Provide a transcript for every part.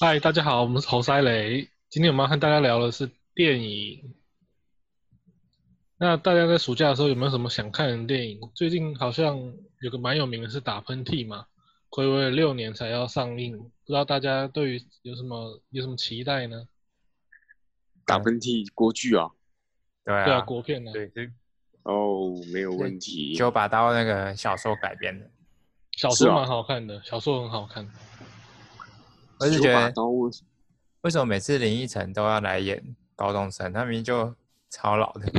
嗨，大家好，我们是侯塞雷。今天我们要和大家聊的是电影。那大家在暑假的时候有没有什么想看的电影？最近好像有个蛮有名的是《打喷嚏》嘛，暌违了6年才要上映，不知道大家对于有什么期待呢？ 打喷嚏国剧啊。 对啊， 对啊， 国片呢、 对， 哦，没有是问题。 九把刀那个小说改编的。 小说是啊， 蛮好看的，小说很好看。 我是觉得九把刀为什么每次林依晨都要来演高中生？他明明就超老的。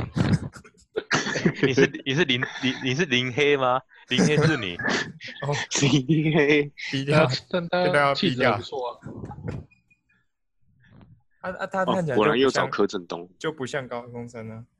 你是林黑吗？林黑是你。 哦， 因为逼掉， 但现在他气质还要逼掉。 不错啊。 他哦， 看起来果然又找就不像， 柯震东。 就不像高中生啊。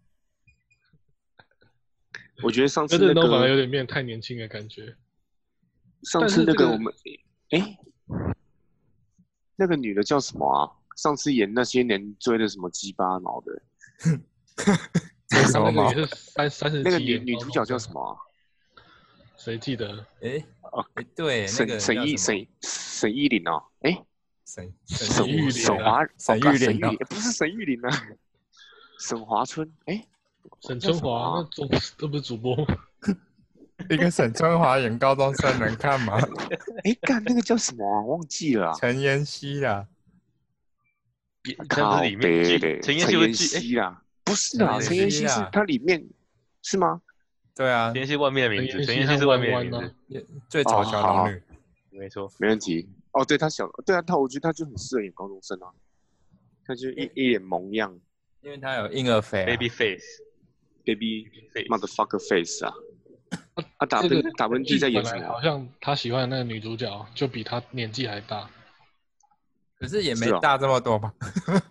我觉得上柯次那个震东反而有点变太年轻的感觉。 上但是这个次那个我们哎，那个女的叫什么啊？上次演那些年追的什么鸡巴毛的， 这什么毛？ 他那个也是三十那个几演女主角叫高中生什么啊？ 谁记得？ 哎哦， 哎，对，那个沈依叫什么？ 沈依琳哦，哎， 沈玉琳啊沈华沈哦， 玉琳哦， 不是沈玉琳啊，沈华春，哎， 沈叫什么春华， 啊？ 这不是主播吗？ 一个沈春华演高中生能看吗？ 哎，干那个叫什么啊？忘记了啊。 陈妍希啦， 他不是靠里面北嘞， 陈妍陈妍希会剧希啦，不是啊， 陈陈妍希是妍希啦， 她里面是吗？ 对啊， 陈妍希外面的名字， 陈妍希和陈妍希是外弯弯呢？ 面的名字， 最哦， 丑小好好， 龙女。 没错。 没问题。哦，对他小，对啊，我觉得他就很适合演高中生啊，他就一脸萌样因为她有婴儿肥啊。 Baby face， ，baby face motherfucker face 啊。啊，打这个喷嚏在演什么啊？ 本来好像他喜欢的那个女主角就比他年纪还大， 可是也没是哦， 大这么多吧？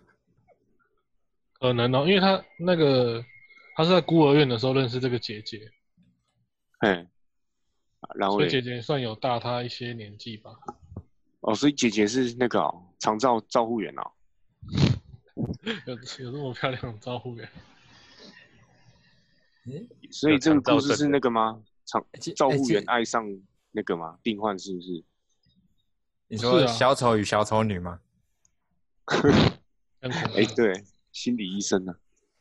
可能哦，因为他是在孤儿院的时候认识这个姐姐， 哎，然后所以姐嘞， 姐算有大他一些年纪吧。 哦，所以姐姐是那个哦，长照照护员哦， 有这么漂亮的招呼员？ 所以这个故事是有长照证的那个吗？ 其照护员其爱上那个吗？病患是不是？ 你说是啊， 小丑与小丑女吗？ 哎， 很恐怖。 对，心理医生啊。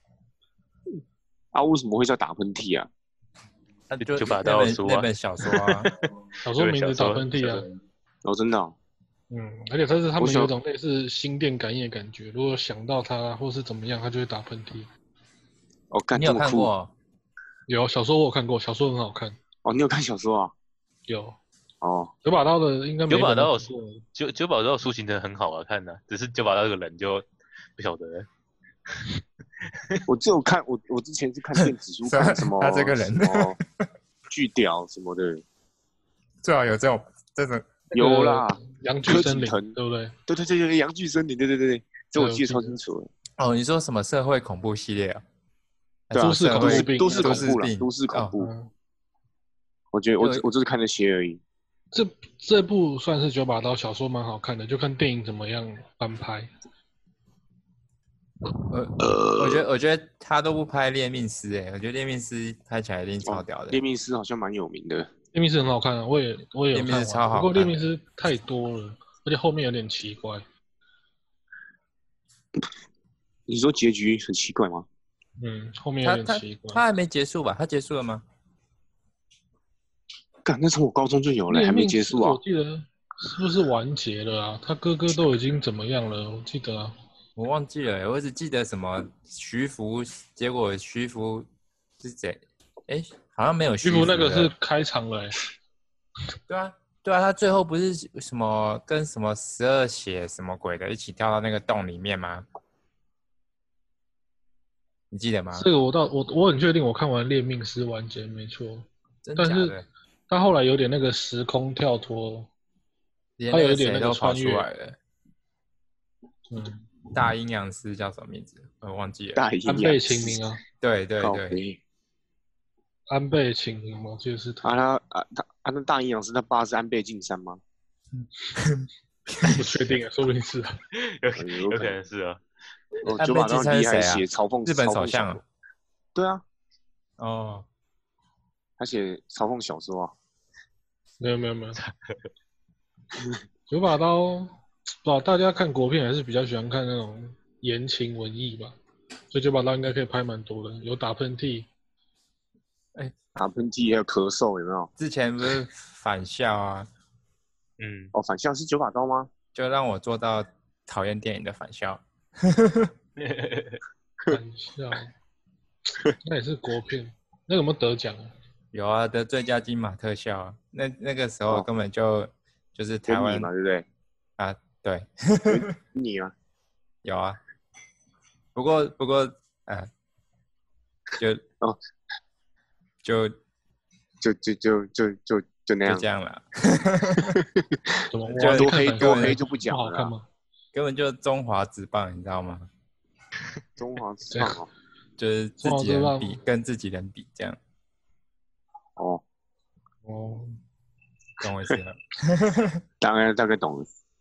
啊，为什么会叫打喷嚏啊？ 就就把那本刀书啊， 那本小说啊。 小说名字打喷嚏啊， 哦，真的哦， 而且他我想们有一种类似心电感应的感觉，如果想到他或是怎么样，他就会打喷嚏。 哦，干你有这么酷看过？ 有小说我有看过，小说很好看。 哦，你有看小说啊？ 有哦， 九把刀的应该每九一本都把刀的看过。 九把刀的书情真的很好啊看的，只是九把刀这个人就不晓得了。 我只有看我之前是看电子书，看什么他这个人什么巨屌什么的， 最好有这种。 有啦， 阳具森林， 柯景腾， 对不对？ 对对对对，阳具森林，对对对对，这我记得超清楚的。 哦，你说什么社会恐怖系列啊？ 对啊， 都市恐怖病都市恐怖啦， 病都市恐怖。 嗯， 我觉得我就是看那些而已。 这部算是九把刀小说蛮好看的，就看电影怎么样翻拍。 我觉得他都不拍猎命师我觉得猎命师拍起来一定超屌的。 猎命师好像蛮有名的。 猎命师很好看啊，我也有猎命看完， 师超好看不过猎命师太多了，而且后面有点奇怪。 你说结局很奇怪吗？ 后面有点奇怪。 他还没结束吧？他结束了吗？ 干，那从我高中就有了，还没猎命师结束啊我？记得是不是完结了啊？他哥哥都已经怎么样了？我记得啊。 我忘记了我只记得什么徐福，结果徐福是谁？好像没有徐福福那个是开场了对啊，对啊，他最后不是什么跟什么12血什么鬼的一起跳到那个洞里面吗？你记得吗？ 这个我很确定，我看完猎命师完结没错，但是真假的？ 他后来有点那个时空跳脱， 连那个他有一点那谁都跑个穿越。 出来了。大阴阳师叫什么名字？我忘记了。 大阴安倍晴明啊， 对对靠对， 北安倍晴明吗？我记得是他， 那大阴阳师他爸是安倍晋三吗？ 不确定啊，说不定是啊。 有可能是啊。 哦， 安九把刀倍晋三厉害， 是谁啊写嘲讽日本首嘲讽小说相啊。 对啊， 哦， 他写嘲讽小说啊。 没有，九把刀不知道大家看国片还是比较喜欢看那种言情文艺吧，所以九把刀应该可以拍蛮多的，有打喷嚏， 打喷嚏还有咳嗽，有没有？ 之前不是返校啊， 嗯， 哦，返校是九把刀吗？ 就让我做到讨厌电影的返校。 玩笑，那也是国片，那有没有得奖啊？ 有啊，得最佳金马特效啊，那个时候哦根本就是台湾跟你嘛，对不对？ 啊，对， 你啊， 有啊。不过就哦， 就就那样这，样了， 怎么就哇？ 多黑看反多黑就不派不讲了啦。 好看吗？ 根本就中华职棒，你知道吗？ 中华职棒哦， 就是自己人比，跟自己人比这样， 哦， 哦， 懂我意思了？ 大概懂了。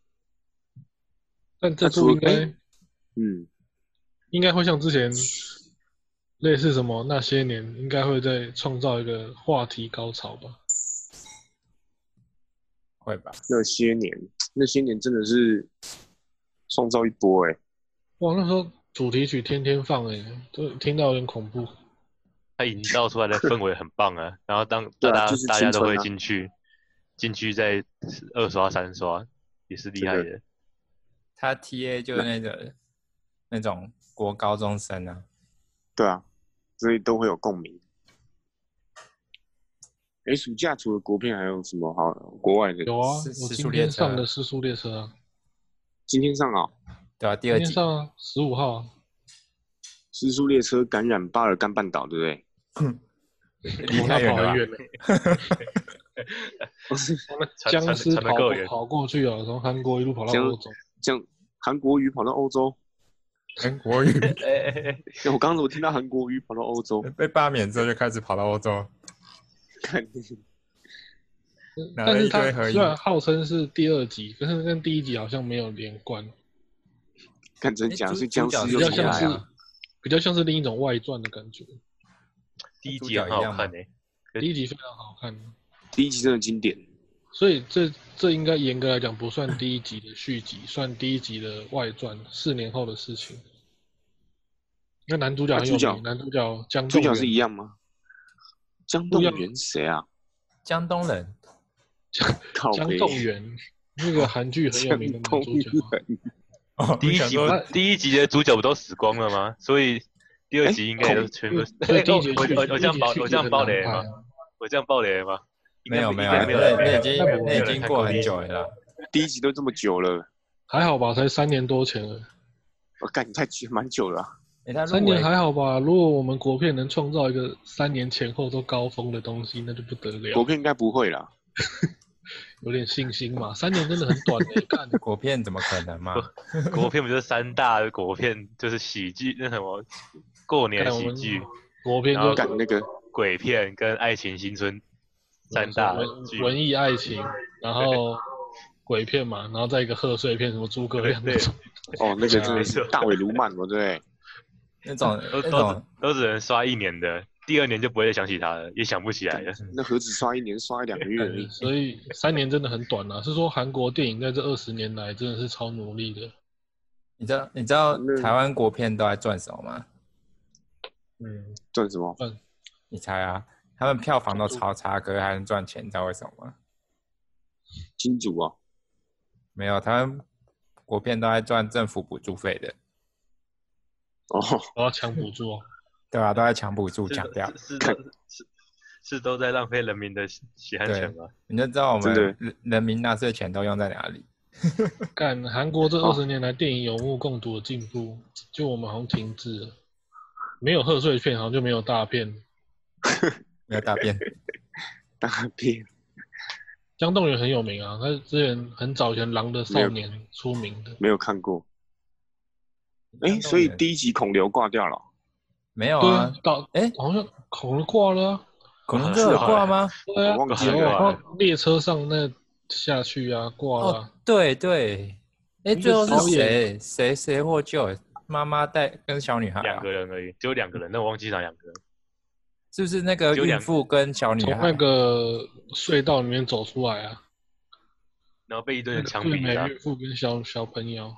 但这部应该嗯， 应该会像之前类似什么那些年，应该会再创造一个话题高潮吧？ 会吧？ 那些年真的是创造一波哎。 哇，那时候主题曲天天放都听到有点恐怖。 它营造出来的氛围很棒啊，然后对啊就是大家都会青春啊进去再2刷3刷，也是厉害真的。 他 TA 就是那种国高中生啊， 对啊，所以都会有共鸣。哎，暑假除了国片还有什么好国外的？ 有啊， 时我今速列车天上的《失速列车》啊， 今天上啊， 对啊，第今二集天上啊，15号啊， 失速列车感染巴尔干半岛，对不对？ 离太远了吧？ 跑很远了， 不是我们僵尸传得够远跑过去啊，从韩国一路跑到欧洲。 这样，韩国瑜跑到欧洲。 韩国语我刚刚怎么听到韩国瑜跑到欧洲？ 被罢免之后就开始跑到欧洲， 看， 拿了但是它一堆合影虽。然号称是第2集，可是跟第1集好像没有连贯， 看真假，所以僵尸主又比较像是出来啊。 比较像是另一种外传的感觉。 第一集很好看诶、 第1集非常好看， 第一集真的经典， 所以这应该严格来讲不算第1集的续集，算第1集的外传，4年后的事情。那男主角很有名，男主角姜栋元主角是一样吗？姜栋元谁啊？ 江东人， 靠姜北栋元，那个韩剧很有名的男主角。 哦第一集我想说第一集的主角不都死光了吗？所以第2集应该也都全部。 所以第一集我这样爆雷吗？我这样爆雷吗？ 没有， 应该没有那已经过很久了啦。 第一集都这么久了， 还好吧，才3年多前了。 我干，你太久蛮久了啊。 他 3年还好吧？如果我们国片能创造一个3年前后都高峰的东西，那就不得了。 国片应该不会啦。 有点信心嘛，3年真的很短看国片怎么可能嘛？ 国片不就是3大的国片，就是喜剧那什么过年喜剧， 国片然后干那个鬼片跟爱情新春3大剧。 文艺爱情，然后鬼片嘛，然后再一个贺岁片，什么诸葛亮那种。 哦，那个真的是大尾卢曼嘛，对不对？ 那种都只能刷1年的，第2年就不会再想起他了，也想不起来了。 那何止刷1年，刷2个月而已。 所以3年真的很短啊。是说韩国电影在这20年来真的是超努力的。 你知道台湾国片都在赚什么吗？ 赚什么？ 你猜啊？他们票房都超差，可是还能赚钱，你知道为什么吗？ 金主啊？ 没有，他们国片都在赚政府补助费的。 哦， 我要抢补助哦。 对啊，都在抢补助抢掉。 是都在浪费人民的血汗钱吗？ 你就知道我们人民纳税钱都用在哪里。 干，韩国这20年来电影有目共睹的进步，就我们好像停滞了，没有贺岁片，好像就没有大片。 没有大便。 大片。 姜栋元很有名啊，他之前很早以前《狼的少年》出名的。 没有看过。所以第1集孔刘挂掉了。 没有啊， 好像孔刘挂了啊。 孔刘就有挂吗？ 对啊， 我忘记了。 然后列车上那下去啊，挂了啊。 对，最后是谁获救？妈妈带跟小女孩 2个人而已，只有2个人，那我忘记哪2个人。 是不是那个孕妇跟小女孩从那个隧道里面走出来啊？ 然后被一堆人枪最美毙的。 岳父跟小朋友，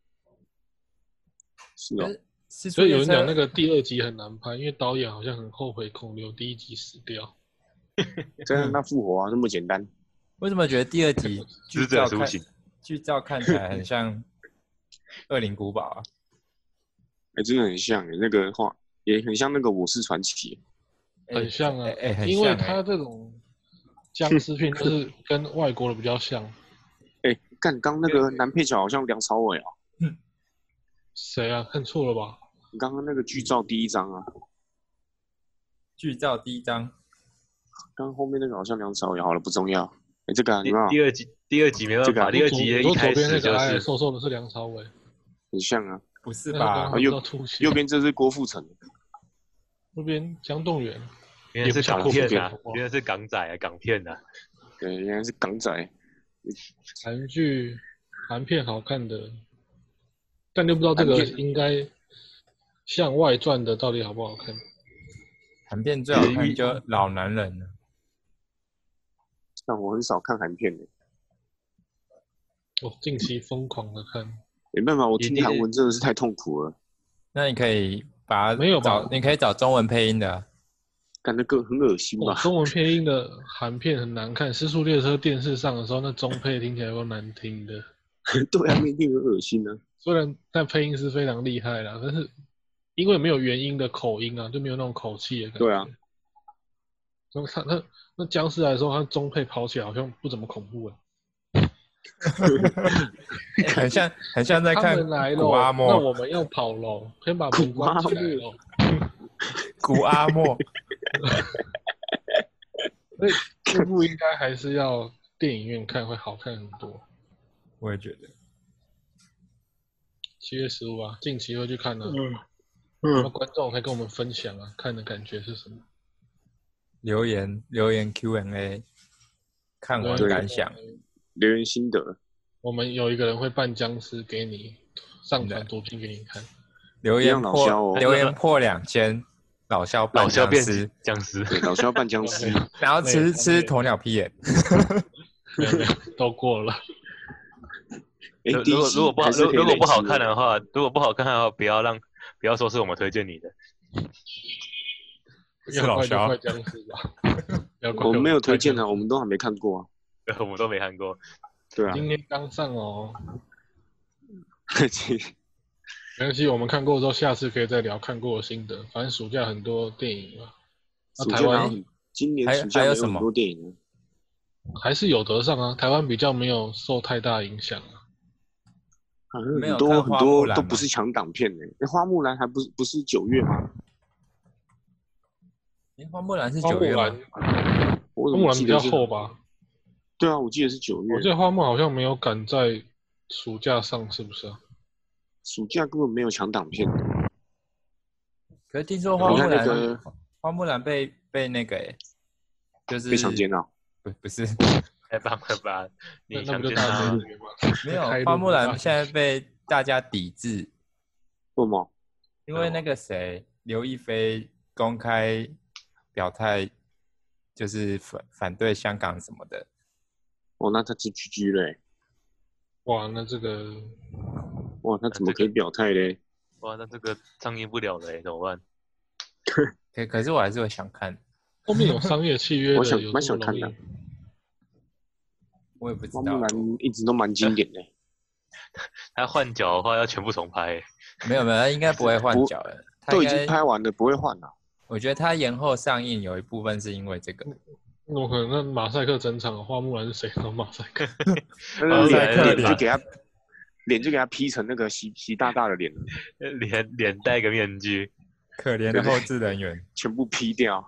是哦， 所以有人讲那个第2集很难拍，因为导演好像很后悔孔刘第1集死掉。 再让他复活啊，这么简单。 为什么觉得第2集死者苏醒， 剧照看起来很像《恶灵古堡》啊？ 真的很像那个画，也很像那个《我是传奇》。 很像啊， 很像因为他这种僵尸片就是跟外国的比较像。 刚那个男配角好像梁朝伟啊。 谁啊？看错了吧？ 你刚刚那个剧照第1张啊， 剧照第1张， 刚刚后面那个好像梁朝伟，好了，不重要。这个有没有？ 第二集没办法，第2集一开始就是瘦瘦的是梁朝伟， 很像啊。 不是吧？ 右边这是郭富城， 右边江栋元， 原来是港片啊，原来是港仔啊，港片啊。 对，原来是港仔。 韩剧、韩片好看的，但就不知道这个应该像外传的到底好不好看。 韩片最好看就老男人了。 但我很少看韩片的。 我近期疯狂的看。 没办法，我听韩文真的是太痛苦了。 那你可以没有吧？ 你可以找中文配音的啊。 感觉很恶心吧？ 中文配音的韩片很难看，《失速列车》电视上的时候，那中配听起来有难听的。 对啊，一定很恶心啊。 虽然但配音是非常厉害啦，但是因为没有原音的口音啊，就没有那种口气的感觉。 对啊。 那僵尸来说，他中配跑起来好像不怎么恐怖哎。 很像在看古阿莫。 那我们要跑喽，先把门关起来喽。 古阿莫。 所以这部应该还是要电影院看会好看很多。 我也觉得。 7月15啊，近期会去看啊。那观众可以跟我们分享啊，看的感觉是什么？ 留言 Q&A， 看完感想， 留言心得。 我们有一个人会扮僵尸给你上传图片给你看。 留言破2000，老肖扮僵尸， 对，老肖扮僵尸， 然后吃鸵鸟屁眼， 没有都过了。 如果不好看的话，不要说是我们推荐你的。 是老肖。 我们没有推荐啊，我们都还没看过啊。 对，我们都没看过。 对啊。 今天刚上哦。没关系，我们看过之后，下次可以再聊看过的心得。反正暑假很多电影嘛。 台湾今年暑假还有什么很多电影呢？ 还是有得上啊，台湾比较没有受太大影响啊。 很多都不是强档片呢。花木兰还不是9月吗？ 花木兰是9月吗？ 花木兰比较后吧。 对啊，我记得是9月。 我记得花木好像没有赶在暑假上，是不是啊？ 暑假根本没有强档片。 可是听说花木兰被那个就是被强奸了。 不是。 太棒了吧！你那不就大家没有，花木兰现在被大家抵制。 为什么？ 因为那个谁，刘亦菲公开表态，就是反对香港什么的。 哦，那他是 GG 嘞。 哇，那这个， 哇，那怎么可以表态嘞？ 哇，那这个上映不了了，怎么办？ 可是我还是会想看。 后面有商业契约的， 我蛮想看的。 我也不知道。 花木兰一直都蛮经典的。 他换角的话要全部重拍。 没有，应该不会换角的。 都已经拍完了，不会换了。 我觉得他延后上映有一部分是因为这个。 我可能那马赛克整场，花木兰是谁？马赛克。 脸就给他 P 成那个习大大的脸， 脸戴个面具， 可怜的后置人员全部 P 掉。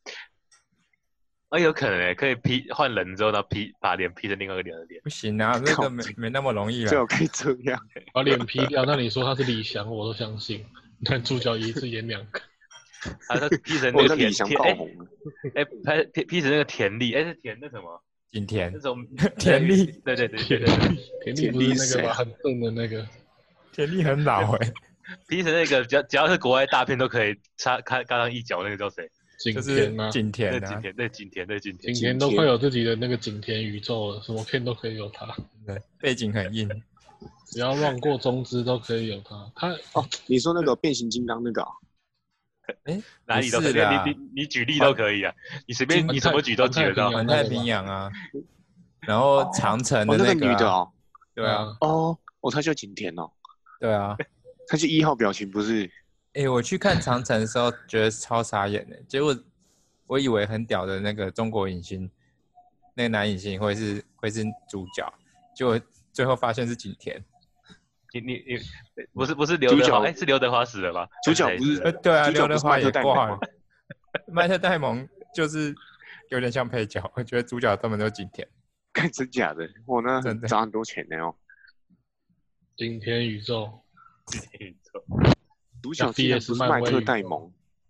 有可能可以 P 换人之后，然后把脸 P 成另外一个脸的脸。 不行啊，那个没那么容易了。 最好可以这样， 把脸 P 掉。那你说他是李翔，我都相信。男主角一次演2个。 他 P 成那个李翔爆红了。 P 成那个田丽，是田那什么？ 景甜那种田丽， 对，田丽不是那个很笨的那个， 田丽很老 P 成那个只要是国外大片都可以插上一脚，那个叫谁？ 景就是田啊， 景田啊， 对景田，对景田，对景田景。田都快有自己的那个景田宇宙了，什么片都可以有他， 对，背景很硬。 只要乱过中资都可以有他。他哦，你说那个变形金刚那个啊？ 哎， 哪里都可以， 不是啦， 你举例都可以啊，你随便你什么举都举得到。 环太平洋啊，然后长城的哦，那个个女的哦， 对啊， 哦，她叫景田哦， 对啊。 她是1号表情不是？ 哎，我去看长城的时候，觉得超傻眼的。结果我以为很屌的那个中国影星，那个男影星会是主角，结果最后发现是景田。 你不是刘德华，是刘德华死了吧？ 主角不是？ 对啊， 主角刘德华也挂了。 吗？ 麦特戴蒙就是有点像配角，我觉得主角根本就是景田。 看真假的，我那真的砸很多钱呢哦。 景田宇宙， 景田宇宙， 主角竟然不是麦特戴蒙。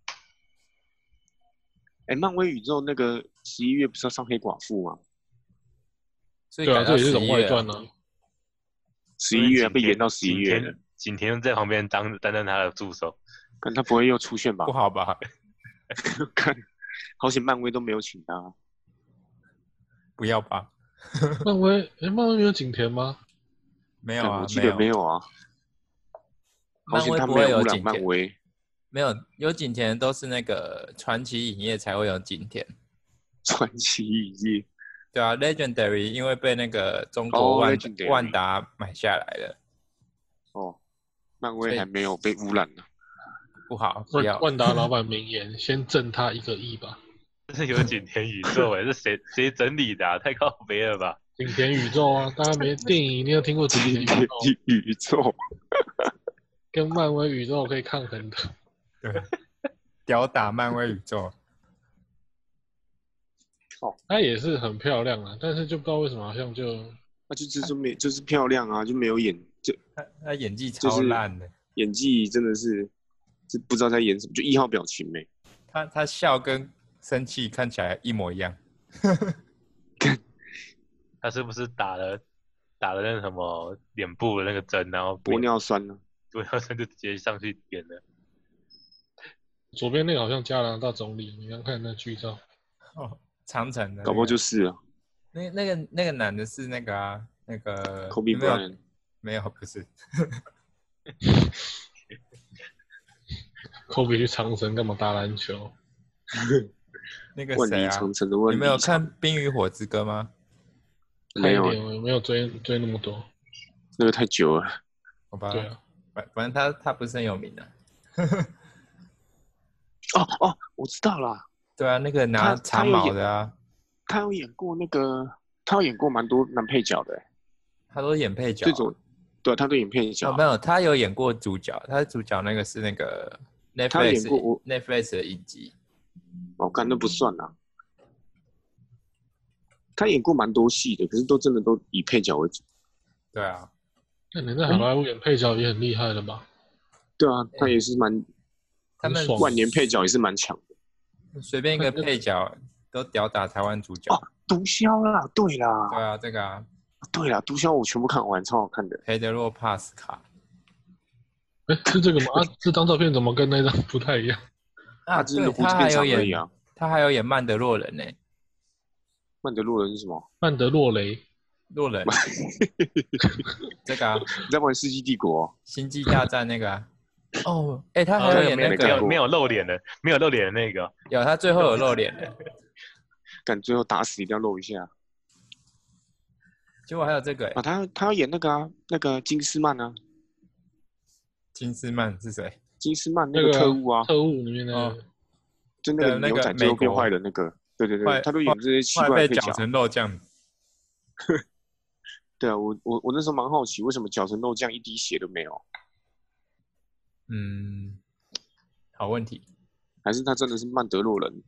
哎，漫威宇宙那个11月不是要上黑寡妇吗？ 对啊， 所以改到这也是种外 11 传啊。 11月被延到11月了。 景田在旁边担任他的助手， 看他不会又出现吧？ 不好吧？ 看，好险漫威都没有请他。 不要吧？ 漫威没有景田吗？ 没有啊， 我记得没有啊。好险他没有污染漫威。 没有景田都是那个传奇影业才会有景田。 传奇影业。 对啊 ，Legendary 因为被那个中国万达买下来了。 哦，漫威还没有被污染呢。 不好，不要。 万达老板名言：先挣他1个亿吧。 这是有景田宇宙哎，这谁整理的啊？太靠北了吧！ 景田宇宙啊，大家没电影，你有听过景田宇宙？ 跟漫威宇宙可以抗衡的。 对，吊打漫威宇宙。 她也是很漂亮啊，但是就不知道为什么好像就是漂亮啊，就没有演就她演技超烂的， 演技真的是不知道在演什么，就1号表情没。 她笑跟生气看起来一模一样。 他是不是打了那什么脸部的那个针，然后玻尿酸呢？ 玻尿酸就直接上去演了。 左边那个好像加拿大总理，你刚看那剧照。 哦，长城的、 搞不好就是啊。 那个男的是那个啊，那个 Kobe Bryant 没有不是。 Kobe 去长城干嘛打篮球？ 那个谁啊？ 你没有看《冰与火之歌》吗？ 没有， 没有追那么多， 那个太久了。 好吧， 对啊， 反正他不是很有名的。 哦，我知道了。 对啊，那个拿长矛的啊。 他有演过他有演过蛮多男配角的。 他都演配角。 对，他都演配角。 没有，他有演过主角，他的主角那个是那个 Netflix 的影集。 我看那不算啊。他演过蛮多戏的，可是真的都以配角为主。 对啊。 那你在好莱坞演配角也很厉害了吧？ 对啊，他也是他们万年配角也是蛮强的。 随便一个配角都吊打台湾主角。 哦，毒枭啦，对啦。 对啊，这个啊。 对啦，毒枭我全部看完，超好看的。 裴德洛帕斯卡。 是这个吗？这张照片怎么跟那张不太一样？ 啊，对，他还有演曼德洛人呢。 曼德洛人是什么？ 曼德洛雷。 洛人。这个啊。 你在玩《世纪帝国》？ 星际大战那个啊。哦，他还有演那个没有露脸的那个。 有，他最后有露脸的。 但最后打死一定要露一下。 结果还有这个啊，他要演那个啊，那个金斯曼啊。 金斯曼是谁？ 金斯曼那个特务啊， 特务里面的， 就那个牛仔最后变坏的那个，对，他都演这些奇怪的配角。 被搅成肉酱。 对啊，我那时候蛮好奇，为什么搅成肉酱一滴血都没有？ 好问题。 还是他真的是曼德洛人？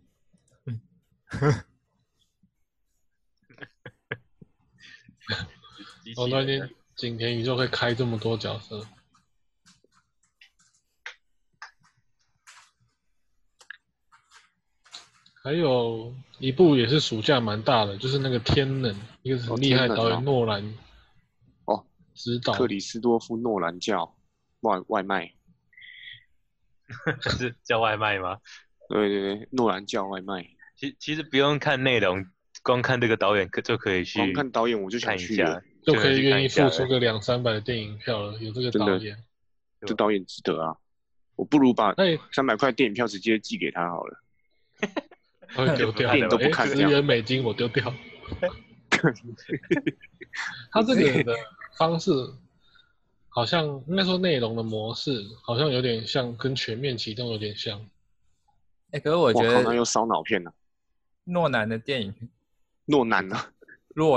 我那天景田宇宙会开这么多角色。还有一部也是暑假蛮大的，就是那个《天能》，一个很厉害导演诺兰指导。 克里斯多夫诺兰叫外卖。 是叫外卖吗？ 对对对，诺兰叫外卖， 其实不用看内容，光看这个导演就可以光去看导演我就想看一去了， 下， 就可以愿意付出了。 个200-300的电影票了。有这个真的导演， 这导演值得啊！我不如把那也 300块电影票直接寄给他好了， 他会丢掉， 电影都不看这样 $10我丢掉。他这个的方式，好像应该说内容的模式，好像有点像跟全面启动有点像。 可是我觉哇靠，那得又烧脑片了。 诺兰的电影， 诺兰啊， 诺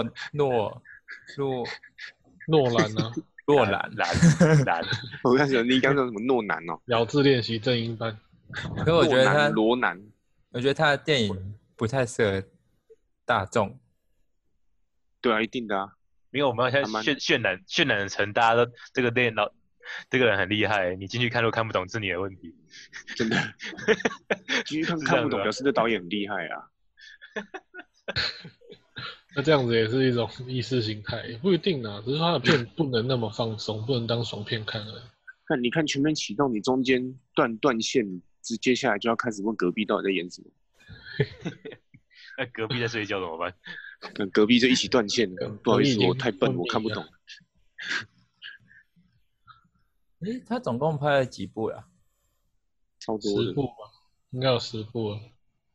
兰啊， 诺兰， 我刚想你刚说什么诺兰哦？ 咬字练习正音班。 可是我觉得罗南， 我觉得他的电影不太适合大众。 对啊，一定的啊。 因为我们要现在渲染成大家都这个电脑，这个人很厉害，你进去看都看不懂是你的问题。 真的，继续看不懂，表示这导演很厉害啊。 那这样子也是一种意识形态，也不一定啊，只是他的片不能那么放松，不能当爽片看了。 你看全面启动，你中间断线，接下来就要开始问隔壁到底在演什么。 那隔壁在睡觉怎么办？ 隔壁就一起断线了，不好意思，我太笨，我看不懂。 他总共拍了几部呀？ 超多的 10部吧，应该有10部了。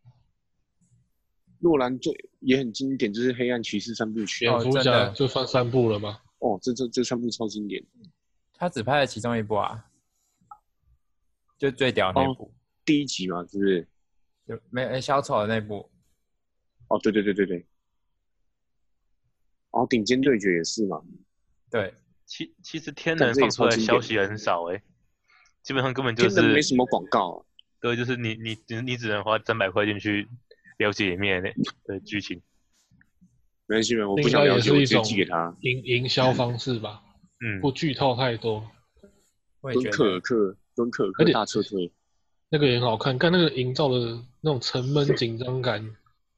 诺兰也很经典，就是《黑暗骑士》3部曲。 蝙蝠侠就算3部了吗？ 哦，这3部超经典。 他只拍了其中一部啊，就最屌那部。 第1集嘛，是不是？ 就没小丑的那部。 哦，对。然后顶尖对决也是嘛。 对， 其实天能放出来的消息很少基本上根本就是天能没什么广告啊。 对，就是你只能花300块进去了解里面的剧情。 没关系，我不想了解，我直接寄给他。 营销方式吧，不剧透太多。 敦刻尔克大撤退， 那个也很好看，看那个营造的那种沉闷紧张感。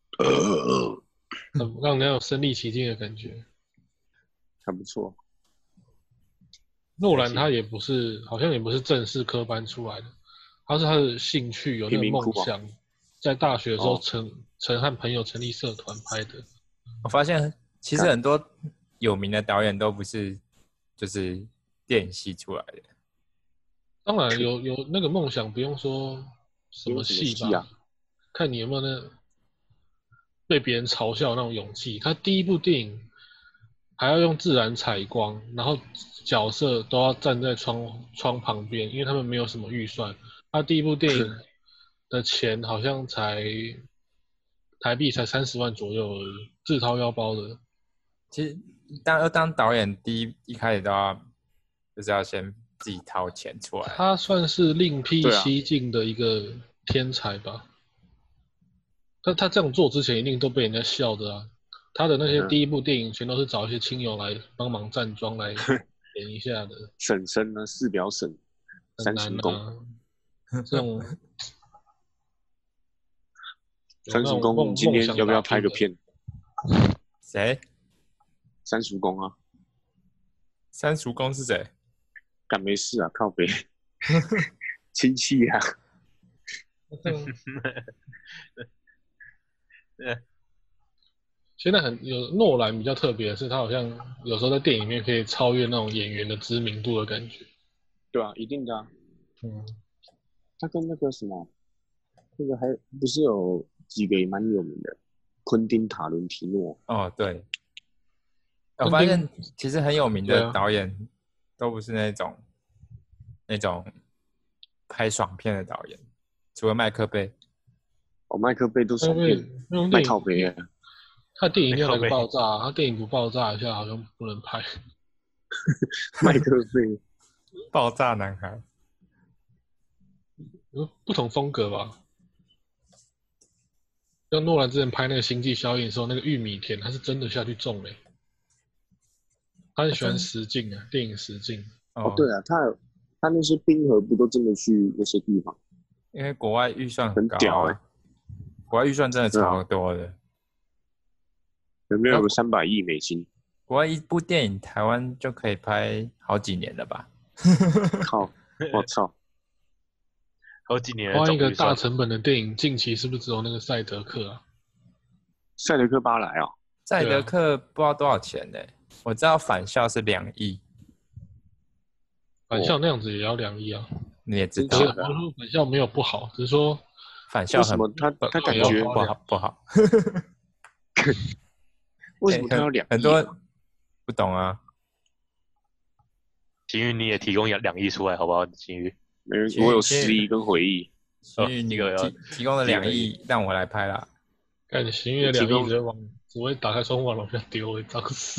很让人有身临其境的感觉， 还不错。 诺兰他也不是，好像也不是正式科班出来的，他是他的兴趣，有那个梦想，在大学的时候曾和朋友成立社团拍的。 我发现其实很多有名的导演都不是就是电影系出来的。 当然有那个梦想，不用说什么戏吧，看你有没有那被别人嘲笑的那种勇气。他第一部电影还要用自然采光，然后角色都要站在窗旁边，因为他们没有什么预算。他第一部电影的钱好像台币才30万左右而已，自掏腰包的。 其实当导演一开始都就是要先自己掏钱出来。 他算是另辟蹊径的一个天才吧。他这样做之前一定都被人家笑的啊。他的那些第一部电影全都是找一些亲友来帮忙站桩来演一下的。 婶婶呢，四表婶，三叔公， 这种三叔公今天要不要拍个片？ 谁？ 三叔公啊？ 三叔公是谁？ 干没事啊，靠北，亲戚啊。 现在有诺兰比较特别的是，他好像有时候在电影里面可以超越那种演员的知名度的感觉。 对啊，一定的啊。他跟那个什么，那个还不是有几个也蛮有名的，昆汀·塔伦提诺。 哦，对。我发现其实很有名的导演都不是那种拍爽片的导演，除了麦克贝。 哦，麦克贝都爽片，麦靠贝啊。 他电影要来个爆炸，他电影不爆炸一下好像不能拍。 麦克贝， 爆炸男孩， 不同风格吧。像诺兰之前拍那个《星际效应》的时候，那个玉米田他是真的下去种嘞。他很喜欢实境啊，电影实境。 哦，对啊，他那些冰河不都真的去那些地方？ 因为国外预算很高， 很屌国外预算真的超多的。 有没有个300亿美金？ 国外一部电影，台湾就可以拍好几年了吧？ 靠！我操！ 好几年的花一个总预算大成本的电影，近期是不是只有那个赛德克啊？ 赛德克巴莱哦， 赛德克不知道多少钱呢、我知道返校是2亿， 返校那样子也要2亿啊。 你也知道真假的我说返校没有不好，只是说为返校很什么他感也要觉花不好， 为什么他要2亿、啊很多不懂啊。 秦宇你也提供2亿出来好不好？秦宇， 没人，我有10亿跟回忆。 其实你提供了2亿让我来拍啦。 看你行运的2亿只会打开窗户往楼下丢，脏死！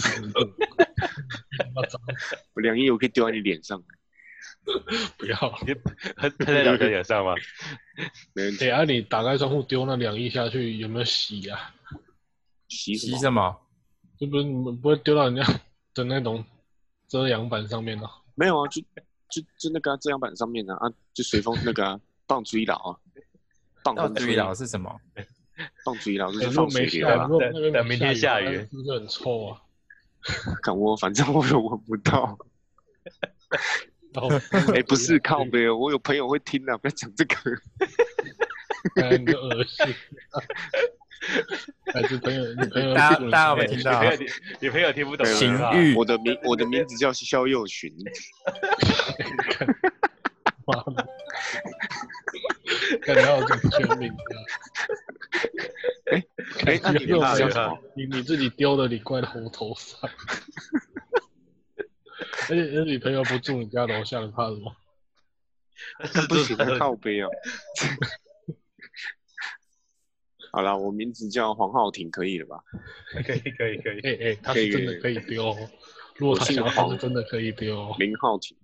我2亿我可以丢在你脸上， 不要， 喷在老哥脸上吗？ 没问题。 啊，你打开窗户丢那2亿下去，有没有洗啊？ 洗什么？ 就不是你们不会丢到人家的那种遮阳板上面的、 没有啊，就那个遮阳板上面啊，就随风那个棒追佬啊，棒风追佬是什么？ 棒追佬就是放水流啊。 等明天下雨， 是不是很臭啊？ 反正我也闻不到。不是靠北哦，我有朋友会听啊，不要讲这个。 你就恶心。还是你朋友大家有没有听到？ 你朋友听不懂情欲。 我的名字叫萧佑群。 妈的！感觉要这么全名啊！ 那你的名字叫什么？ 你自己丢的，你怪到我头上。而且你朋友不住你家楼下，你怕什么？ 不行，靠背哦。好啦，我名字叫黄浩庭，可以了吧？ 可以。 他是真的可以丢。如果他想要，是真的可以丢。 林浩庭。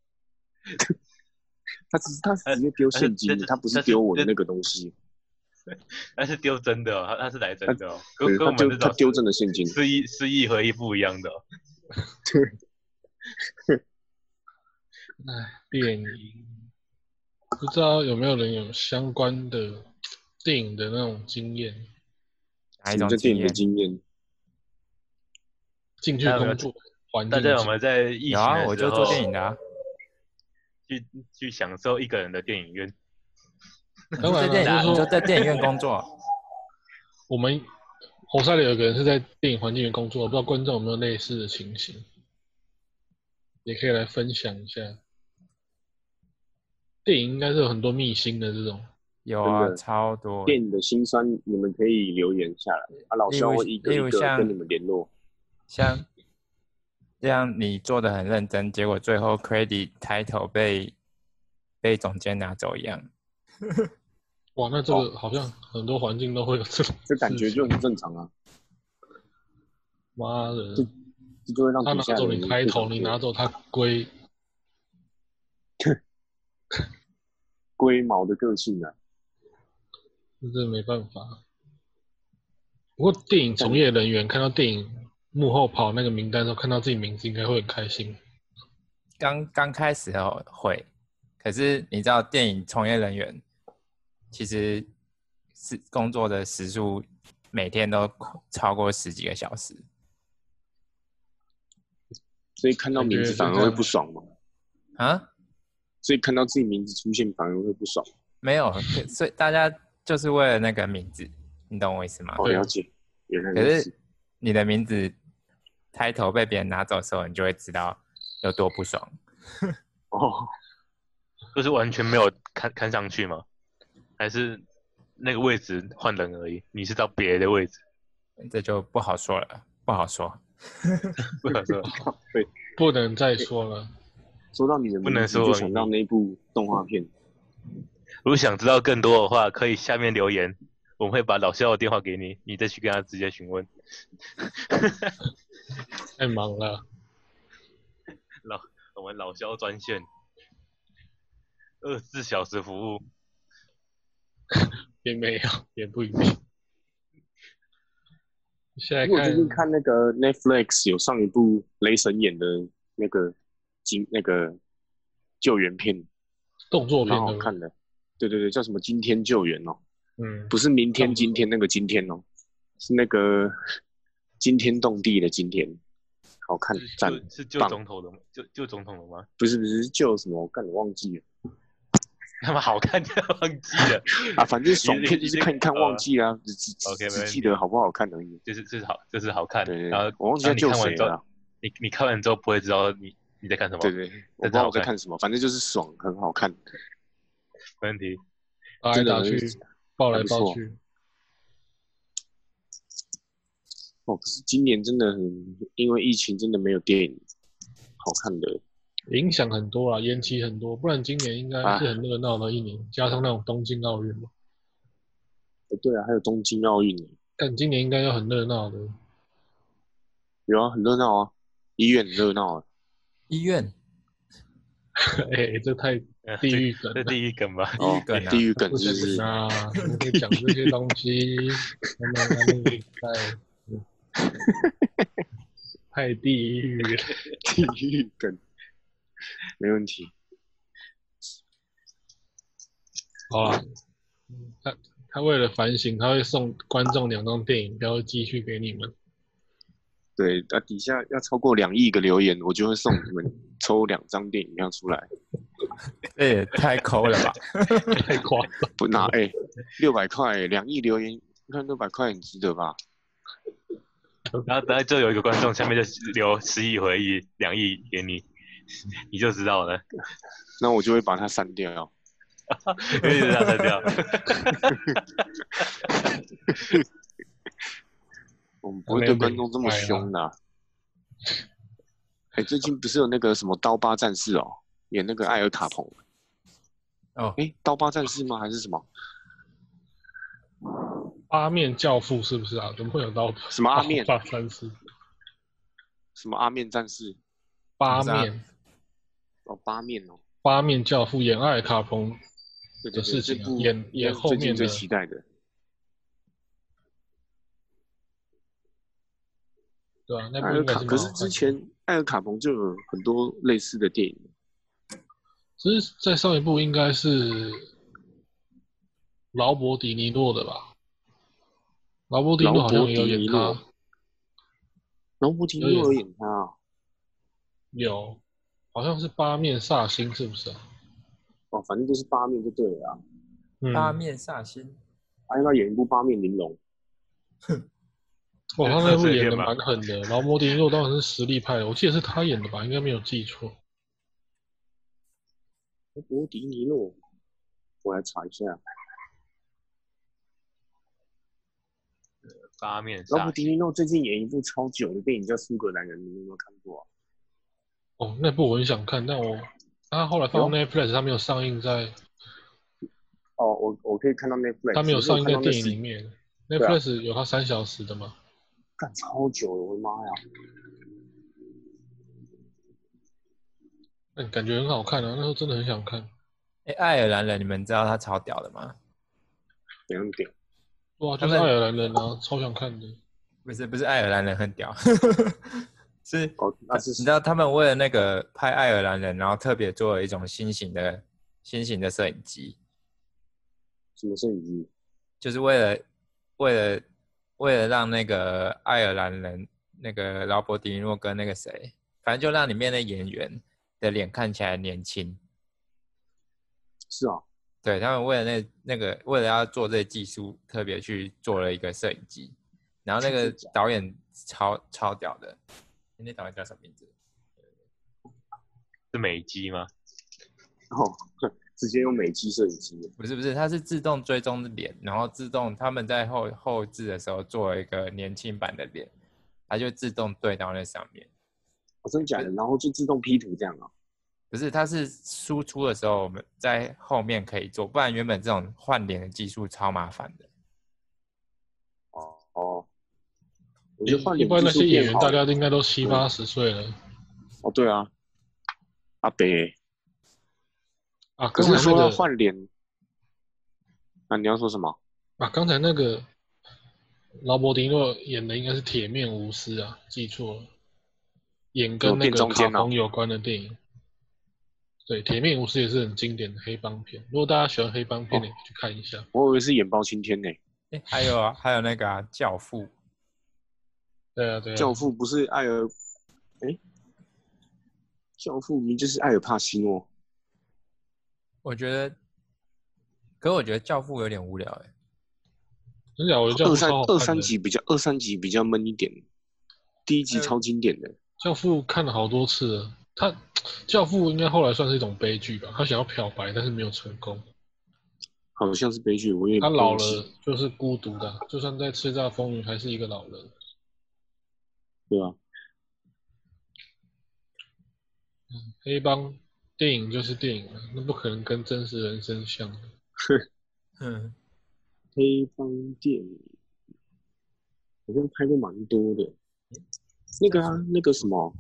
他直接丢现金，他不是丢我的那个东西。 他是丢真的哦，他是来真的哦，跟我们他丢真的现金， 失忆回忆不一样的哦。 电影不知道有没有人有相关的电影的那种经验？ 哪一种电影的经验？ 进去工作环境。 大家有没有在疫情的时候？ 有啊，我就做电影的啊。 去享受一个人的电影院。 当然你就在电影院工作。 我们红沙里有一个人是在电影环境里工作，不知道观众有没有类似的情形，也可以来分享一下。电影应该是有很多秘辛的这种。 有啊，超多。 电影的辛酸，你们可以留言下来，老肖会一个一个跟你们联络。 像这样你做的很认真，结果最后 credit title 被总监拿走一样。 哇，那这个好像很多环境都会有这种， 这感觉就很正常啊。 妈的， 这就会让他拿走你title，你拿走他龟毛的个性啊， 这没办法。不过电影从业人员看到电影幕后跑那个名单的时候，看到自己名字应该会很开心。 刚开始会，可是你知道电影从业人员其实是工作的时数每天都超过10几个小时， 所以看到名字反而会不爽吗？ 啊？ 所以看到自己名字出现反而会不爽？ 没有，所以大家就是为了那个名字，你懂我意思吗？ 我了解，原来可是你的名字title被别人拿走的时候，你就会知道有多不爽。 哦， 就是完全没有看上去吗？还是那个位置换人而已？你是到别的位置？ 这就不好说了，不好说。 不好说， 对， 不能再说了。 说到你的名字，就想到那部动画片。 如果想知道更多的话，可以下面留言，我们会把老肖的电话给你，你再去跟他直接询问。 太忙了。 我们老肖专线，24小时服务。 也没有， 也不一定。现在我最近看那个 Netflix 有上一部雷神演的那个救援片， 动作片， 蛮好看的。对对对，叫什么今天救援哦。 嗯， 不是明天今天那个今天哦，是那个惊天动地的今天，好看赞。 是救总统的吗？救总统的吗？ 不是救什么，我忘记了。 他妈好看就忘记了啊，反正爽片就是看一看忘记啦，只记得好不好看而已。 就是好看， 对， 然后我忘记他救谁了。 你看完之后不会知道你在看什么。 对，我不知道我在看什么，反正就是爽，很好看。 没问题。 打来打去，抱来抱去。 可是今年真的因为疫情，真的没有电影好看的。 影响很多啦，延期很多，不然今年应该是很热闹的一年，加上那种东京奥运嘛。 对啊，还有东京奥运。 但今年应该要很热闹的。 有啊，很热闹啊，医院很热闹啊。 医院？ 这太地狱梗了。 这地狱梗吧？ 地狱梗是不是啊？我会讲这些东西，太地狱了。 地狱梗。没问题。 好啊，他为了反省，他会送观众2张电影票继续给你们。 对，底下要超过2亿个留言，我就会送你们抽2张电影票出来。 这也太抠了吧！ 太夸张！ 不拿600块，2亿留言，你看600块很值得吧？ 然后就有一个观众下面就留10亿回忆，2亿给你，你就知道了。 那我就会把它删掉。 因为是他删掉。 我们不会对观众这么凶的啊。最近不是有那个什么刀疤战士哦，演那个艾尔卡彭。刀疤战士吗？还是什么？ 八面教父是不是啊？怎么会有刀？ 什么阿面？ 战士？ 什么阿面战士？ 八面。 八面哦。 八面教父演艾尔卡彭的事情，演后面的。 最期待的。 对啊，那部应该是可是之前艾尔卡彭就有很多类似的电影。 只是在上一部应该是劳勃迪尼洛的吧？劳勃迪尼洛好像也有演他。 劳勃迪尼洛有演他啊？ 有，好像是八面煞星，是不是啊？ 反正就是八面就对了啊。 八面煞星。 他应该演一部八面玲珑。 他那部演的蛮狠的。劳勃迪尼洛当然是实力派的，我记得是他演的吧，应该没有记错。 劳勃迪尼洛，我来查一下。 八面煞星。 劳勃迪尼洛最近演一部超久的电影叫《苏格兰人》，你有没有看过啊？ 那部我很想看，但他后来放到 Netflix， 他没有上映在。 我可以看到 Netflix， 他没有上映在电影里面。Netflix 有他3小时的吗？ 干超久了，我的妈呀！ 感觉很好看啊，那时候真的很想看。 爱尔兰人，你们知道他超屌的吗？ 怎样屌？ 哇，就是爱尔兰人啊，超想看的。 不是爱尔兰人很屌，是你知道他们为了那个拍爱尔兰人，然后特别做了一种新型的摄影机。 什么摄影机？ 就是为了让那个爱尔兰人那个劳勃迪尼洛跟那个谁，反正就让里面的演员的脸看起来年轻。 是啊。 对，他们为了为了要做这个技术，特别去做了一个摄影机，然后那个导演超屌的，那导演叫什么名字？ 是美机吗？ 直接用美机摄影机？ 不是，它是自动追踪脸，然后他们在后置的时候做了一个年轻版的脸，它就自动对到那上面。 真的假的？然后就自动 P 图这样啊？ 不是，它是输出的时候我们在后面可以做，不然原本这种换脸的技术超麻烦的。 我觉得换脸一般那些演员大家应该都70、80岁了。 对啊，阿北。 可是说要换脸，你要说什么？ 刚才那个劳勃迪尼洛演的应该是《铁面无私》啊，记错了，演跟那个卡彭有关的电影。对，《铁面无私》也是很经典的黑帮片，如果大家喜欢黑帮片，你可以去看一下。 我以为是眼包青天呢。 还有那个教父。 对啊。 教父不是教父明就是艾尔帕西诺。 我觉得可是我觉得《教父》有点无聊真假？我觉得教父超好看的。 二三集比较闷一点，第一集超经典的。 教父看了好多次了，教父应该后来算是一种悲剧吧？他想要漂白，但是没有成功。 好像是悲剧，我也他老了就是孤独的，就算在叱咤风云还是一个老人。 对啊。 黑帮电影就是电影，那不可能跟真实人生像的。 黑帮电影好像拍过蛮多的。那个啊，那个什么，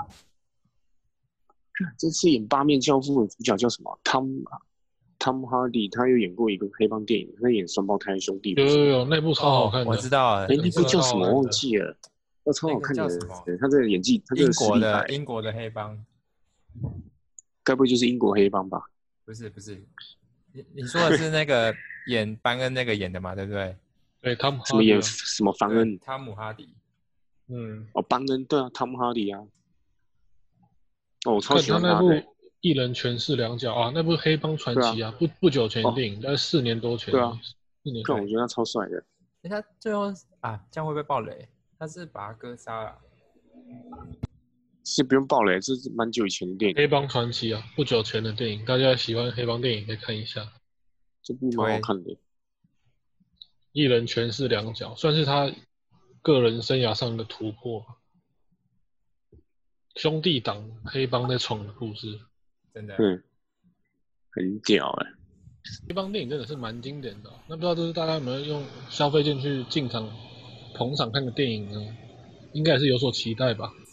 这次演《八面教父》的主角叫什么？Tom Hardy， 他有演过一个黑帮电影，他演双胞胎兄弟。 有，那部超好看的。 我知道了。 那部叫什么？忘记了。超好看的。他这个演技，他这个实力派。 英国的黑帮。 该不会就是英国黑帮吧？ 不是，你说的是那个演班恩那个演的嘛，对不对？ 对，汤姆哈迪。 什么演什么班恩？ 汤姆哈迪。 班恩对啊，汤姆哈迪啊。我超喜欢他那部《一人权势两角》啊，那部《黑帮传奇》啊，不久前电影，大概4年多前。 对啊 ，4年。 我觉得他超帅的。 他最后这样会不会爆雷？他是把他哥杀了。 是不用爆雷，这是蛮久以前的电影。 黑帮传奇啊，不久前的电影，大家喜欢黑帮电影可以看一下。 这部蛮好看的。 一人权势两角，算是他个人生涯上的突破。兄弟党黑帮在闯的故事， 真的。 很屌黑帮电影真的是蛮经典的。那不知道就是大家有没有用消费券去进场捧场看个电影呢？应该也是有所期待吧。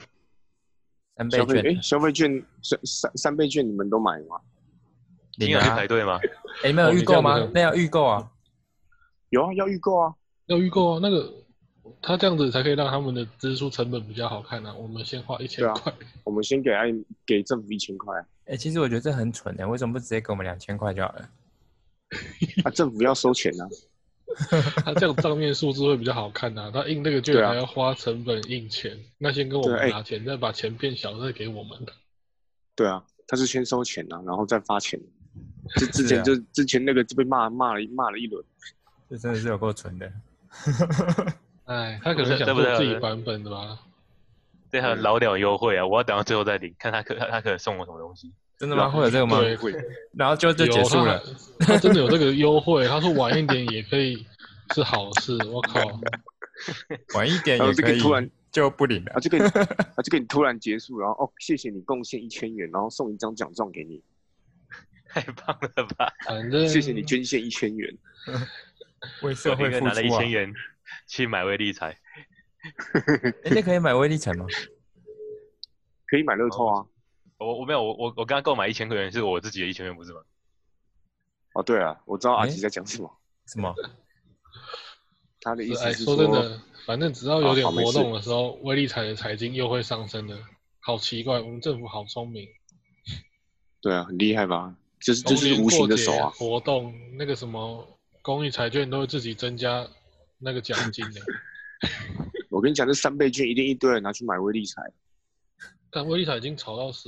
3倍券， 消费券3倍券你们都买吗？ 你有去排队吗？ 你们有预购吗？那要预购啊。 有啊，要预购啊。 要预购啊，那个他这样子才可以让他们的支出成本比较好看啊。我们先花1000块， 我们先给政府1000块。 其实我觉得这很蠢为什么不直接给我们2000块就好了？ 政府要收钱啊。 他这样账面数字会比较好看啊。他印这个券还要花成本印钱，那先跟我们拿钱，再把钱变小再给我们。 对啊，他是先收钱啊，然后再发钱。之前那个就被骂了一轮。 这真的是有够蠢的。 他可能想做自己版本的吧。 对，还有老鸟优惠啊！我要等到最后再领，看他可能送我什么东西。 真的吗？会有这个吗？ 对， 然后就结束了。 他真的有这个优惠，他说晚一点也可以是好事。我靠， 晚一点也可以，突然就不领了。 就给你突然结束，然后谢谢你贡献1000元，然后送一张奖状给你。 太棒了吧！ 反正谢谢你捐献1000元， 为社会付出拿了1000元去买威力彩。 那可以买威力彩吗？ 可以买乐透啊。 我没有，我刚刚购买1000元是我自己的1000元，不是吗？ 对啊，我知道阿吉在讲什么。 什么？ 他的意思是说真的，反正只要有点活动的时候，威力彩的彩金又会上升的。好奇怪，我们政府好聪明。 对啊，很厉害吧？这是无形的手啊。 活动那个什么公益彩券都会自己增加那个奖金的。 我跟你讲，这3倍券一定一堆人拿去买威力彩。 但威力彩已经炒到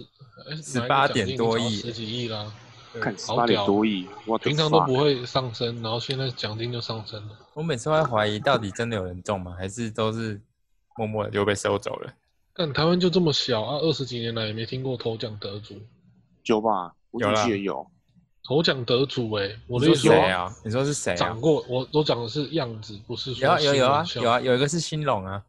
18点多亿 ，10几亿啦。 看18点多亿，哇！ 平常都不会上升，然后现在奖金就上升了。 我每次会怀疑，到底真的有人中吗？还是都是默默的就被收走了？ 但台湾就这么小啊，20几年来也没听过头奖得主。 有吧？我记得有头奖得主我的意思谁啊？你说是谁啊？ 讲过，我都讲的是样子，不是说有一个是兴隆啊。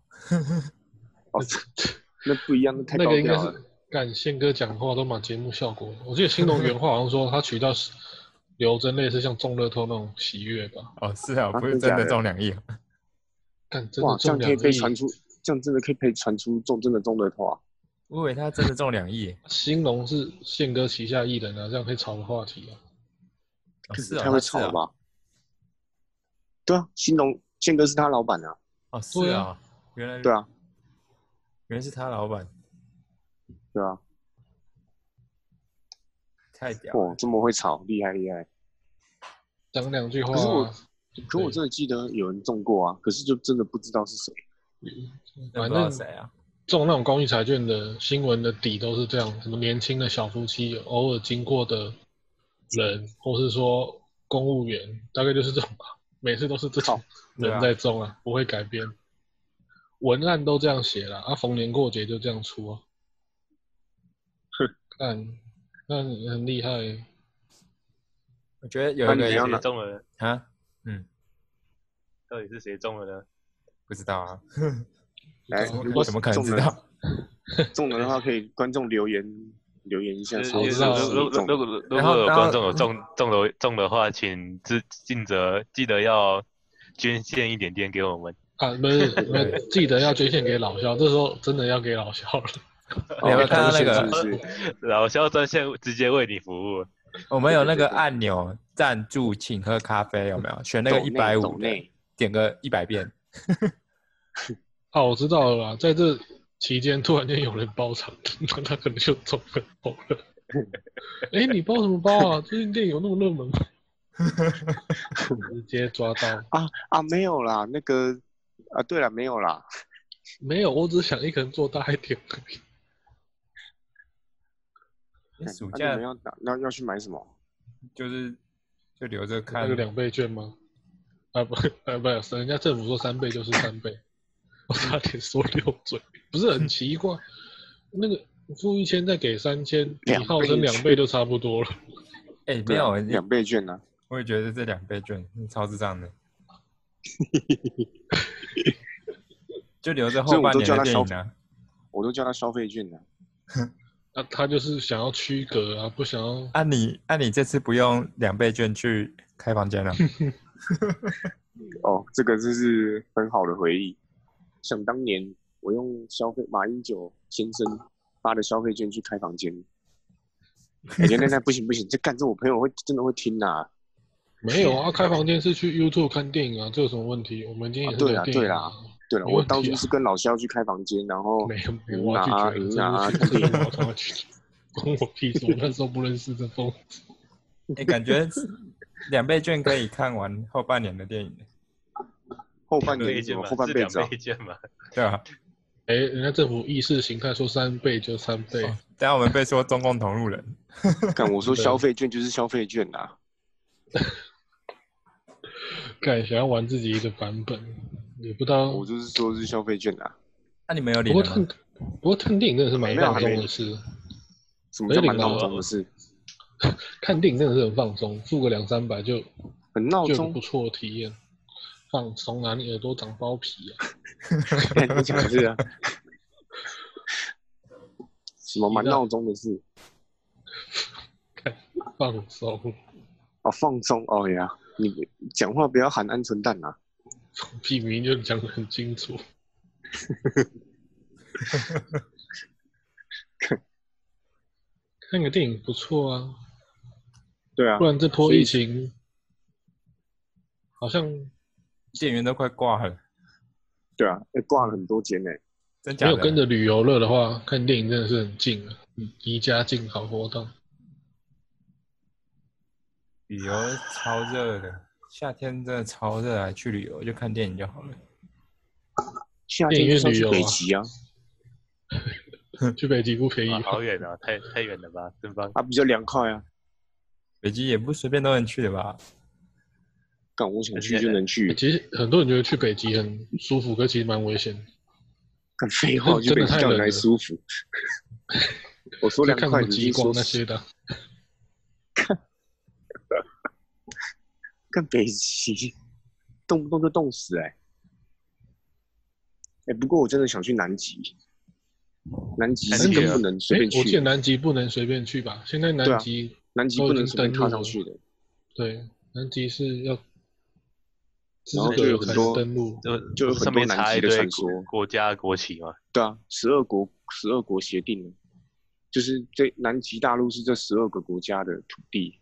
那不一样，那太高调了。 那个应该是干宪哥讲话都蛮节目效果的。我记得兴隆原话好像说他取到刘真类似像中乐透那种喜悦吧。 是啊，不是真的中2亿。 干真的中2亿， 这样可以被传出，这样真的可以被传出真的中乐透啊！ 我以为他真的中2亿。 兴隆是宪哥旗下艺人啊，这样可以炒个话题啊。 是啊， 太会炒了吧？对啊，宪哥是他老板啊。 是啊，原来对啊， 原来是他老板。 对啊， 太屌了！ 这么会炒，厉害厉害。 讲2句话。 可我真的记得有人中过啊，可是就真的不知道是谁。 反正谁啊？ 中那种公益彩券的新闻的底都是这样，什么年轻的小夫妻偶尔经过的人，或是说公务员，大概就是这种吧，每次都是这种人在中啊，不会改编。文案都这样写了，逢年过节就这样出啊。看很厉害。 我觉得有一个谁中了啊， 到底是谁中了呢？ 不知道啊。 来， 如果怎么可能知道？ 中了的话，可以观众留言一下。 我知道。 如果有观众有中的话，请记得要捐献一点点给我们啊！不是，记得要捐献给老肖，这时候真的要给老肖了。 你有没有看到那个老肖专线直接为你服务？ 我们有那个按钮赞助请喝咖啡，有没有？选那个150的，点个100遍。 我知道了啦，在这期间突然间有人包场，那他可能就中了头了。你包什么包啊？最近电影有那么热门吗？直接抓到没有啦，那个对了，没有啦， 没有，我只是想一个人做大一点而已。 暑假你们要去买什么？ 就留着看那个2倍券吗？不，人家政府说3倍就是3倍，我差点说溜嘴，不是很奇怪？那个付1000再给3000，你号称2倍就差不多了。 没有 2倍券呢？ 我也觉得这2倍券超智障的。就留着后半年的电影啊， 我都叫他消费券啊。 他就是想要区隔啊，不想要。 按你这次不用2倍券去开房间了。 这个真是很好的回忆。想当年我用马英九先生发的消费券去开房间。那不行，这我朋友真的会听啊。 没有啊，开房间是去 YouTube 看电影啊，这有什么问题？我们今天也是看电影啊。 对了，我当初是跟老肖去开房间，然后没有看电影，关我屁事！我那时候不认识这疯子。 感觉2倍券可以看完后半年的电影。 后半年什么？后半辈子啊？ 对啊。 人家政府意识形态说3倍就3倍。 等下我们被说中共同路人。 我说消费券就是消费券啊。 想要玩自己的版本，也不知道。 我就是说是消费券啊。 那你们有领吗？ 不过看电影真的是蛮放松的事。 什么叫蛮放松的事？ 看电影真的是很放松，付个200-300就很闹钟， 不错的体验。放松啊，你耳朵长包皮啊！ 你讲的是啊？什么蛮闹钟的事？ 放松。 放松呀！你讲话不要含鹌鹑蛋啊！ 屁明就讲得很清楚。看个电影不错啊。 对啊。 不然这波疫情，好像店员都快挂了。 对啊，挂了很多间呢。 真假的？ 没有跟着旅游乐的话，看电影真的是很近啊，宜家近好活动。 旅游超热的，夏天真的超热啊！去旅游就看电影就好了。 夏天就是要去北极啊。 去北极不便宜。 好远啊，太远了吧，真棒。 比较凉快啊。 北极也不随便都能去的吧？ 我想去就能去。 其实很多人觉得去北极很舒服，可其实蛮危险的。 废话，去北极叫人舒服。我说凉快， 极光那些的。 看北极，动不动就冻死不过我真的想去南极。南极是更不能随便去。 我记得南极不能随便去吧？现在南极不能随便踏上去的。 对，南极是要。 然后就有很多登陆，就有很多南极的传说。 国家国旗嘛。 对啊，12国协定，就是南极大陆是这12个国家的土地。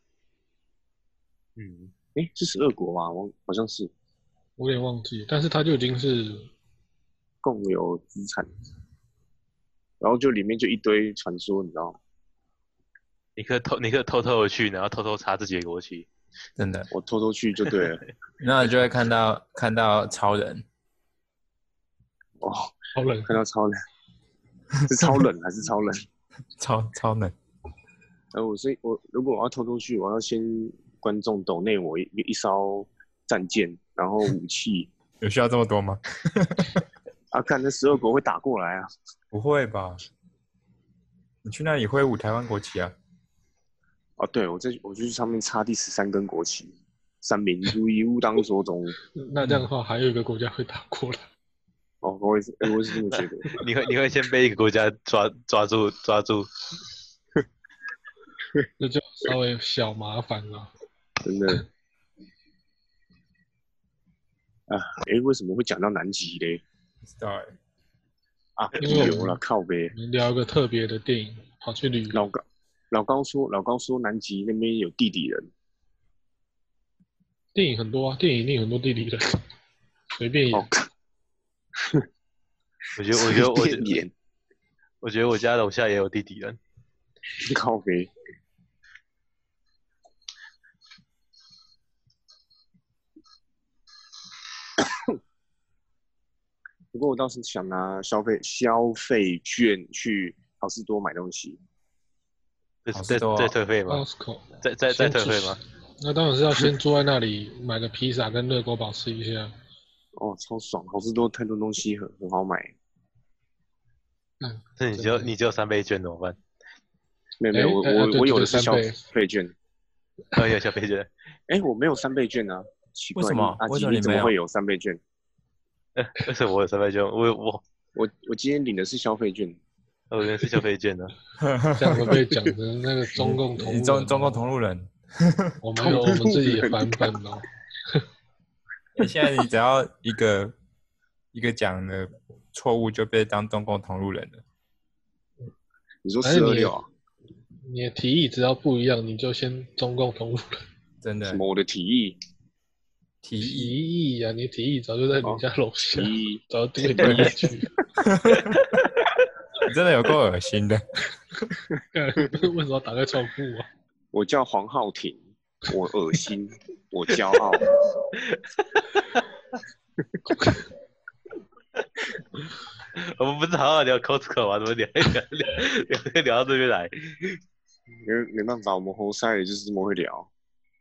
是12国吗？我好像是， 我有点忘记，但是它就已经是共有资产，然后就里面就一堆传说，你知道吗？ 你可以偷偷的去，然后偷偷插自己的国旗。 真的， 我偷偷去就对了。 那你就会看到超人。 超冷， 看到超人，是超冷还是超冷？ 超冷。 所以我如果我要偷偷去，我要先观众抖内我一艘战舰，然后武器有需要这么多吗？ 啊，看那12国会打过来啊！ 不会吧？你去那里挥舞台湾国旗啊？ 哦，对，我就去上面插第13根国旗，三民主义吾当所宗。 那这样的话，还有一个国家会打过来。 哦，我也是这么觉得。 你会先被一个国家抓住， 这就稍微小麻烦了。 真的。啊，为什么会讲到南极嘞？ 不知道哎。 啊， 因为旅游了，靠呗。 我们聊一个特别的电影，跑去旅游。 老高说南极那边有地底人。 电影很多啊，电影一定有很多地底人，随便演。 我觉得我家楼下也有地底人。 靠呗。不过我倒是想拿消费券去好事多买东西。 再退费吗？再退费吗？ 那当然是要先坐在那里买个披萨跟热狗堡吃一下。 哦，超爽！好事多太多东西很好买。 那你只有3倍券怎么办？ 没有，我有的是消费券。 有消费券。 我没有3倍券啊！奇怪， 为什么？ 阿吉你怎么会有3倍券？ 为什么我有3倍券？ 我今天领的是消费券。 我领的是消费券呢。 这样会被讲成那个中共同路人。 中共同路人。 我们有我们自己的版本哦。 现在你只要一个讲的错误就被当中共同路人了。 你说426啊？ 你的提议只要不一样，你就先中共同路人。 真的？ 什么？我的提议？ 提议啊！你提议早就在你家楼下，早就被提议去。 你真的有够恶心的。 为什么要打开窗户啊？ 我叫黄浩庭，我恶心，我骄傲。 我们不是好好聊 Costco 吗？怎么聊到这边来？ 没办法，我们猴塞也就是这么会聊。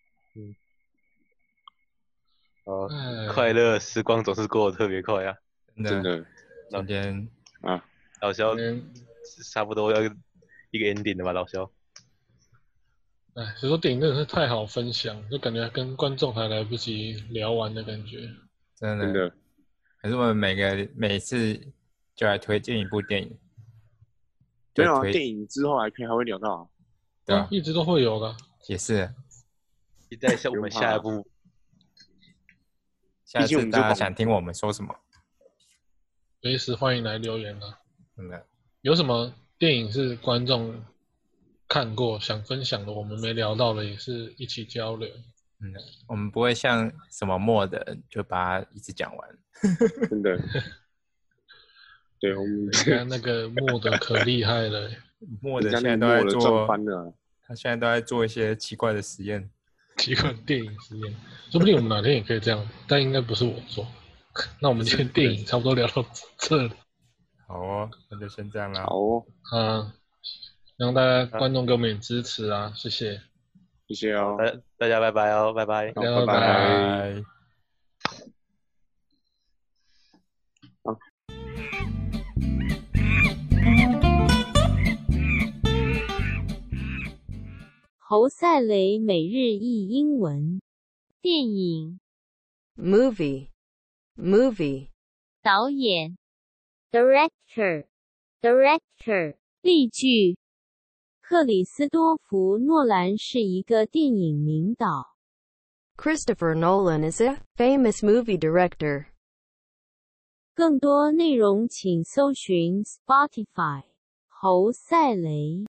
快乐时光总是过得特别快啊！ 真的。 今天啊， 老肖差不多要一个 ending 了吧？老肖。 所以说电影真的是太好分享，就感觉跟观众还来不及聊完的感觉。 真的。可是我们每次就来推荐一部电影。 对啊，电影之后还会聊到啊。 对啊，一直都会有的。 也是。 期待我们下一部。 下次大家想听我们说什么， 随时欢迎来留言啊！ 真的。 有什么电影是观众看过想分享的，我们没聊到的，也是一起交流。 我们不会像什么默的就把它一直讲完。 真的。对，我们看那个默的可厉害了。 默的现在都在做，他现在都在做一些奇怪的实验。 奇怪的电影实验，说不定我们哪天也可以这样，但应该不是我做。那我们今天电影差不多聊到这里。 好哦，那就先这样啦。 好哦。 希望大家观众给我们点支持啊，谢谢。 谢谢哦。 大家拜拜哦，拜拜。 大家拜拜。 侯赛雷每日一英文。电影 movie 导演 director 例句克里斯多弗诺兰是一个电影名导。 Christopher Nolan is a famous movie director. 更多内容请搜寻 Spotify 侯赛雷。